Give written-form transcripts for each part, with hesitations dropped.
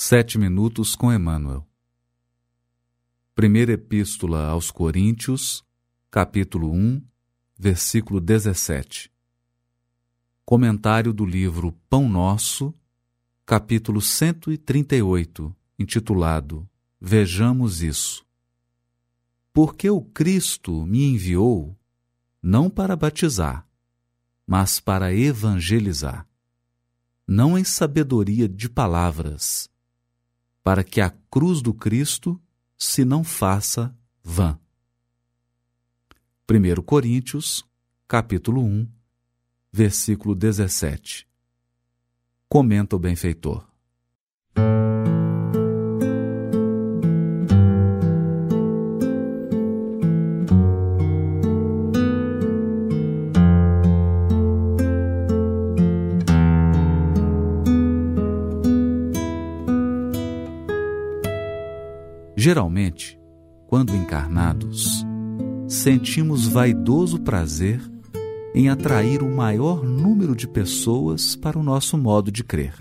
7 minutos com Emmanuel. Primeira Epístola aos Coríntios, capítulo 1, versículo 17. Comentário do livro Pão Nosso, capítulo 138, intitulado Vejamos isso. Porque o Cristo me enviou, não para batizar, mas para evangelizar, não em sabedoria de palavras, para que a cruz do Cristo se não faça vã. 1 Coríntios, capítulo 1, versículo 17. Comenta o benfeitor. Geralmente, quando encarnados, sentimos vaidoso prazer em atrair o maior número de pessoas para o nosso modo de crer.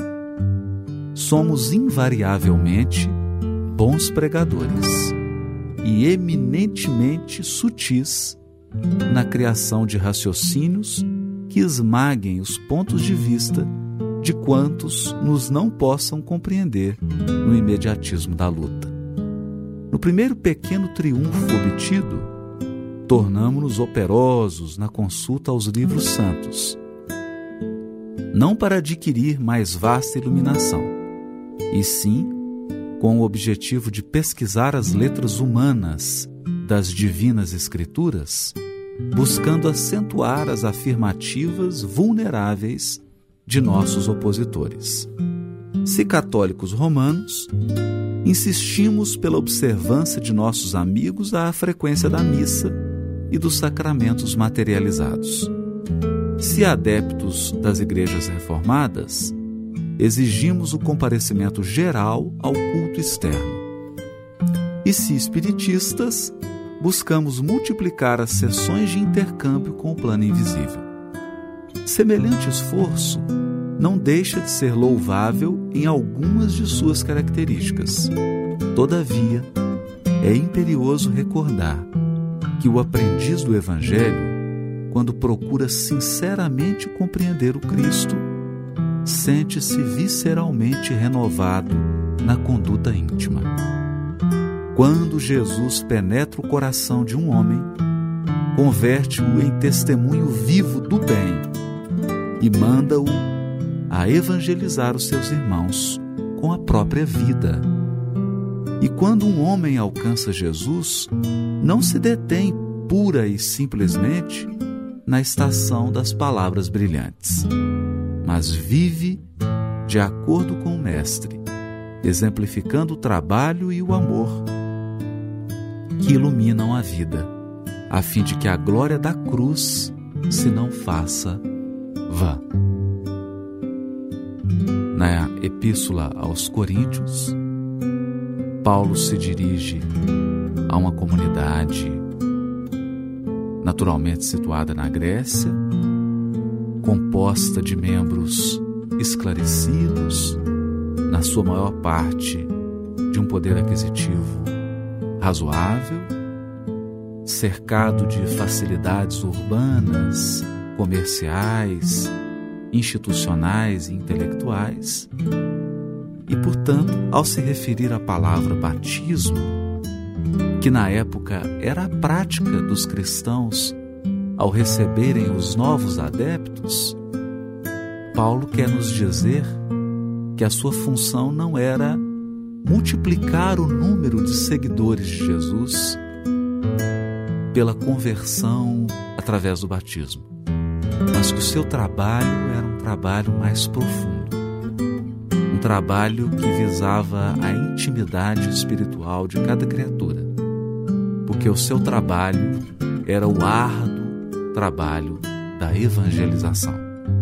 Somos invariavelmente bons pregadores e eminentemente sutis na criação de raciocínios que esmaguem os pontos de vista de quantos nos não possam compreender no imediatismo da luta. No primeiro pequeno triunfo obtido, tornamo-nos operosos na consulta aos livros santos, não para adquirir mais vasta iluminação, e sim com o objetivo de pesquisar as letras humanas das divinas escrituras, buscando acentuar as afirmativas vulneráveis de nossos opositores. Se católicos romanos, insistimos pela observância de nossos amigos à frequência da missa e dos sacramentos materializados. Se adeptos das igrejas reformadas, exigimos o comparecimento geral ao culto externo. E se espiritistas, buscamos multiplicar as sessões de intercâmbio com o plano invisível. Semelhante esforço não deixa de ser louvável em algumas de suas características. Todavia, é imperioso recordar que o aprendiz do Evangelho, quando procura sinceramente compreender o Cristo, sente-se visceralmente renovado na conduta íntima. Quando Jesus penetra o coração de um homem, converte-o em testemunho vivo do bem e manda-o a evangelizar os seus irmãos com a própria vida. E quando um homem alcança Jesus, não se detém pura e simplesmente na estação das palavras brilhantes, mas vive de acordo com o Mestre, exemplificando o trabalho e o amor que iluminam a vida, a fim de que a glória da cruz se não faça vã. Na Epístola aos Coríntios, Paulo se dirige a uma comunidade naturalmente situada na Grécia, composta de membros esclarecidos, na sua maior parte de um poder aquisitivo razoável, cercado de facilidades urbanas, comerciais, institucionais e intelectuais, e, portanto, ao se referir à palavra batismo, que na época era a prática dos cristãos ao receberem os novos adeptos, Paulo quer nos dizer que a sua função não era multiplicar o número de seguidores de Jesus pela conversão através do batismo, mas que o seu trabalho era um trabalho mais profundo, um trabalho que visava a intimidade espiritual de cada criatura, porque o seu trabalho era o árduo trabalho da evangelização.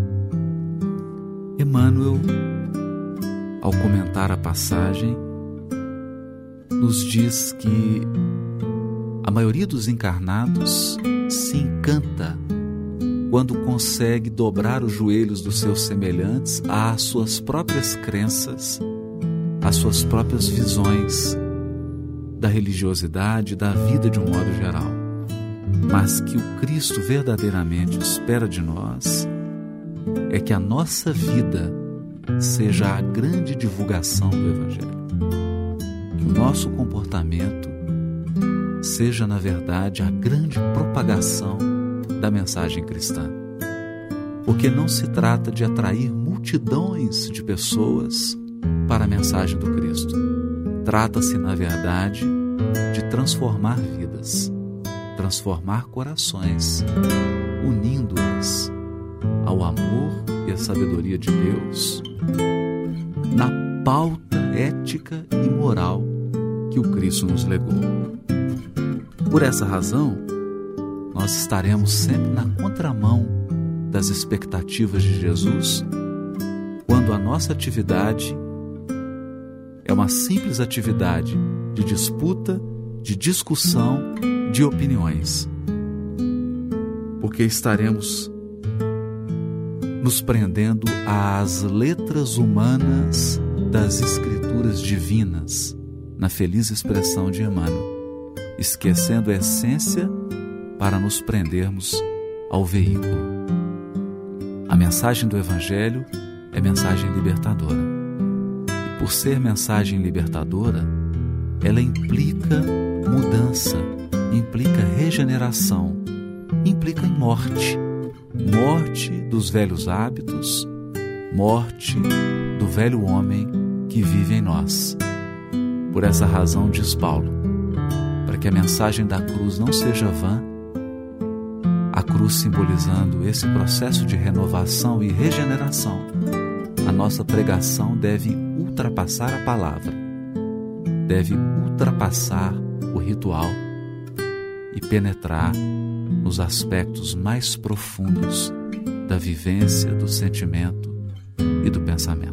Emmanuel, ao comentar a passagem, nos diz que a maioria dos encarnados se encanta quando consegue dobrar os joelhos dos seus semelhantes às suas próprias crenças as suas próprias visões da religiosidade, da vida de um modo geral, mas que o Cristo verdadeiramente espera de nós é que a nossa vida seja a grande divulgação do Evangelho, que o nosso comportamento seja, na verdade, a grande propagação da mensagem cristã. Porque não se trata de atrair multidões de pessoas para a mensagem do Cristo. Trata-se, na verdade, de transformar vidas, transformar corações, unindo-as ao amor e à sabedoria de Deus, na pauta ética e moral que o Cristo nos legou. Por essa razão, nós estaremos sempre na contramão das expectativas de Jesus, quando a nossa atividade é uma simples atividade de disputa, de discussão, de opiniões. Porque estaremos nos prendendo às letras humanas das Escrituras divinas, na feliz expressão de Emmanuel, esquecendo a essência para nos prendermos ao veículo. A mensagem do Evangelho é mensagem libertadora. E por ser mensagem libertadora, ela implica mudança, implica regeneração, implica em morte. Morte dos velhos hábitos, morte do velho homem que vive em nós. Por essa razão, diz Paulo, para que a mensagem da cruz não seja vã, a cruz simbolizando esse processo de renovação e regeneração, a nossa pregação deve ultrapassar a palavra, deve ultrapassar o ritual e penetrar nos aspectos mais profundos da vivência, do sentimento e do pensamento.